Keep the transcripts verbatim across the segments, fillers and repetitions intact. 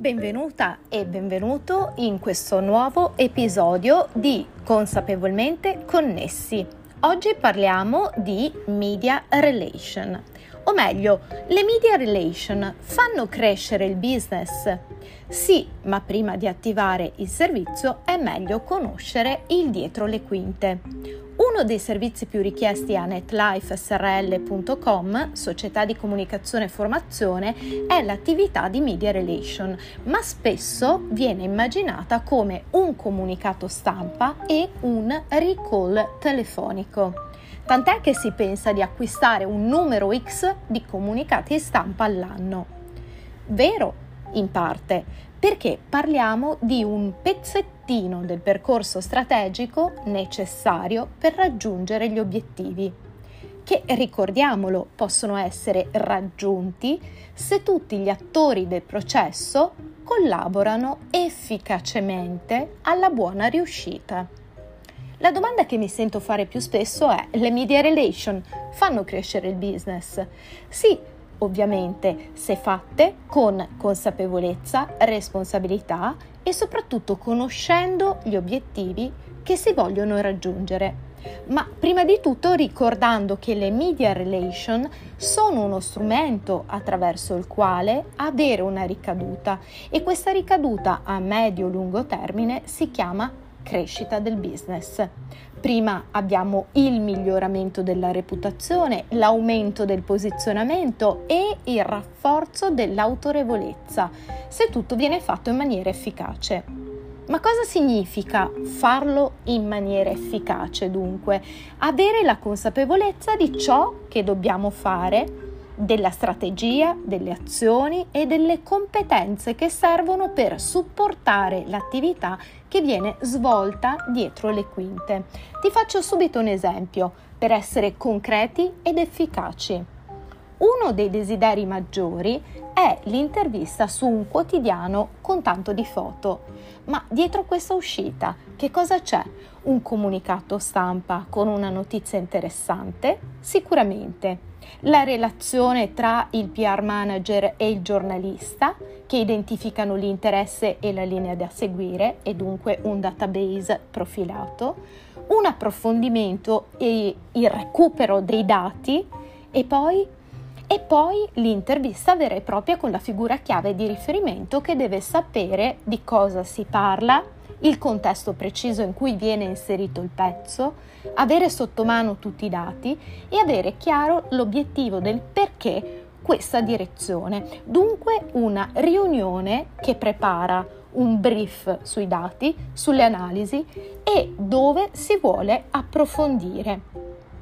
Benvenuta e benvenuto in questo nuovo episodio di Consapevolmente Connessi. Oggi parliamo di media relation, o meglio, le media relation fanno crescere il business? Sì, ma prima di attivare il servizio è meglio conoscere il dietro le quinte. Uno dei servizi più richiesti a netlife s r l punto com, società di comunicazione e formazione, è l'attività di media relation, ma spesso viene immaginata come un comunicato stampa e un recall telefonico. Tant'è che si pensa di acquistare un numero X di comunicati stampa all'anno. Vero? In parte, perché parliamo di un pezzettino del percorso strategico necessario per raggiungere gli obiettivi, che, ricordiamolo, possono essere raggiunti se tutti gli attori del processo collaborano efficacemente alla buona riuscita. La domanda che mi sento fare più spesso è: le media relation fanno crescere il business? Sì, ovviamente, se fatte con consapevolezza, responsabilità e soprattutto conoscendo gli obiettivi che si vogliono raggiungere. Ma prima di tutto ricordando che le media relation sono uno strumento attraverso il quale avere una ricaduta, e questa ricaduta a medio-lungo termine si chiama crescita del business. Prima abbiamo il miglioramento della reputazione, l'aumento del posizionamento e il rafforzo dell'autorevolezza, se tutto viene fatto in maniera efficace. Ma cosa significa farlo in maniera efficace, dunque? Avere la consapevolezza di ciò che dobbiamo fare, della strategia, delle azioni e delle competenze che servono per supportare l'attività che viene svolta dietro le quinte. Ti faccio subito un esempio per essere concreti ed efficaci. Uno dei desideri maggiori è l'intervista su un quotidiano con tanto di foto. Ma dietro questa uscita che cosa c'è? Un comunicato stampa con una notizia interessante? Sicuramente. La relazione tra il P R manager e il giornalista, che identificano l'interesse e la linea da seguire, e dunque un database profilato, un approfondimento e il recupero dei dati, e poi, e poi l'intervista vera e propria con la figura chiave di riferimento che deve sapere di cosa si parla, il contesto preciso in cui viene inserito il pezzo, avere sotto mano tutti i dati e avere chiaro l'obiettivo del perché questa direzione. Dunque una riunione che prepara un brief sui dati, sulle analisi e dove si vuole approfondire.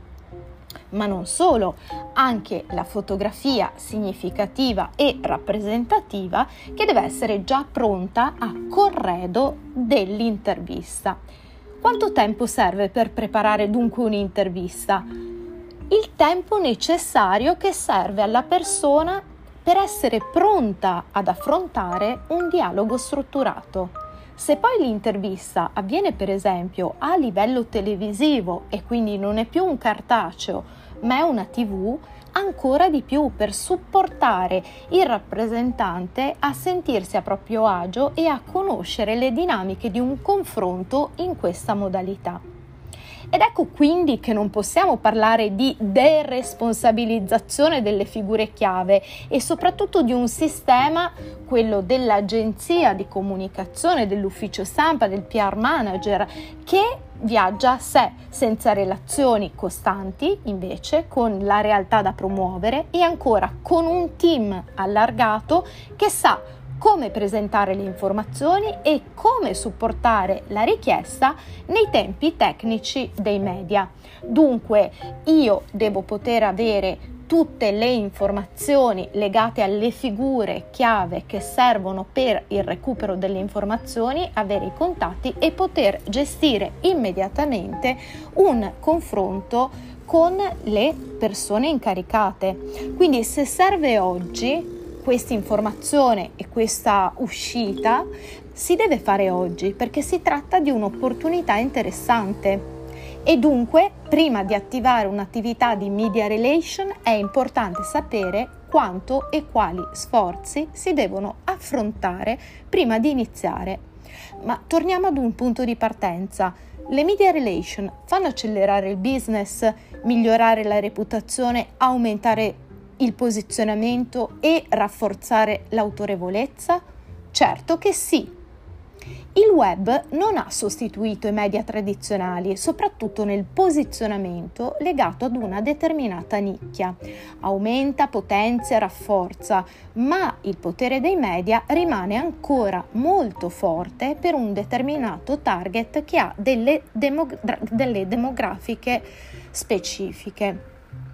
Ma non solo, anche la fotografia significativa e rappresentativa che deve essere già pronta a corredo dell'intervista. Quanto tempo serve per preparare dunque un'intervista? Il tempo necessario che serve alla persona per essere pronta ad affrontare un dialogo strutturato. Se poi l'intervista avviene per esempio a livello televisivo e quindi non è più un cartaceo ma è una tivù, ancora di più per supportare il rappresentante a sentirsi a proprio agio e a conoscere le dinamiche di un confronto in questa modalità. Ed ecco quindi che non possiamo parlare di deresponsabilizzazione delle figure chiave e soprattutto di un sistema, quello dell'agenzia di comunicazione, dell'ufficio stampa, del P R manager, che viaggia a sé, senza relazioni costanti invece con la realtà da promuovere e ancora con un team allargato che sa come presentare le informazioni e come supportare la richiesta nei tempi tecnici dei media. Dunque io devo poter avere tutte le informazioni legate alle figure chiave che servono per il recupero delle informazioni, avere i contatti e poter gestire immediatamente un confronto con le persone incaricate. Quindi se serve oggi questa informazione e questa uscita, si deve fare oggi perché si tratta di un'opportunità interessante E dunque, prima di attivare un'attività di media relation è importante sapere quanto e quali sforzi si devono affrontare prima di iniziare. Ma torniamo ad un punto di partenza. Le media relation fanno accelerare il business, migliorare la reputazione, aumentare il posizionamento e rafforzare l'autorevolezza? Certo che sì. Il web non ha sostituito i media tradizionali, soprattutto nel posizionamento legato ad una determinata nicchia. Aumenta, potenzia, rafforza, ma il potere dei media rimane ancora molto forte per un determinato target che ha delle, demogra- delle demografiche specifiche.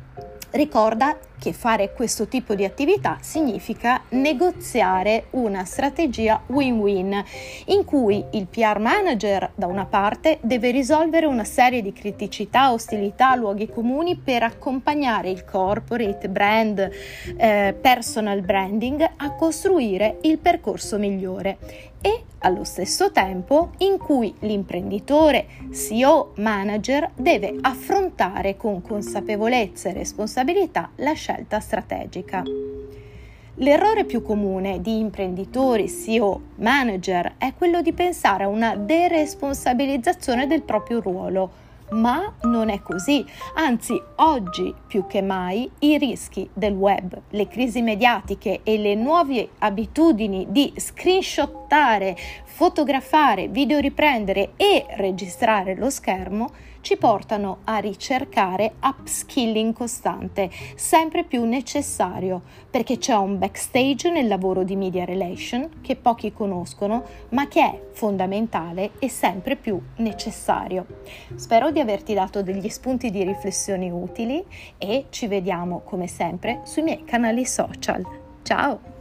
Ricorda che fare questo tipo di attività significa negoziare una strategia win-win in cui il P R manager da una parte deve risolvere una serie di criticità, ostilità, luoghi comuni per accompagnare il corporate brand, eh, personal branding a costruire il percorso migliore, e allo stesso tempo in cui l'imprenditore C E O manager deve affrontare con consapevolezza e responsabilità la scelta strategica. L'errore più comune di imprenditori, C E O, manager è quello di pensare a una deresponsabilizzazione del proprio ruolo. Ma non è così, anzi oggi più che mai i rischi del web, le crisi mediatiche e le nuove abitudini di screenshottare, fotografare, videoriprendere e registrare lo schermo ci portano a ricercare upskilling costante, sempre più necessario, perché c'è un backstage nel lavoro di media relation che pochi conoscono, ma che è fondamentale e sempre più necessario. Spero di averti dato degli spunti di riflessione utili e ci vediamo come sempre sui miei canali social. Ciao!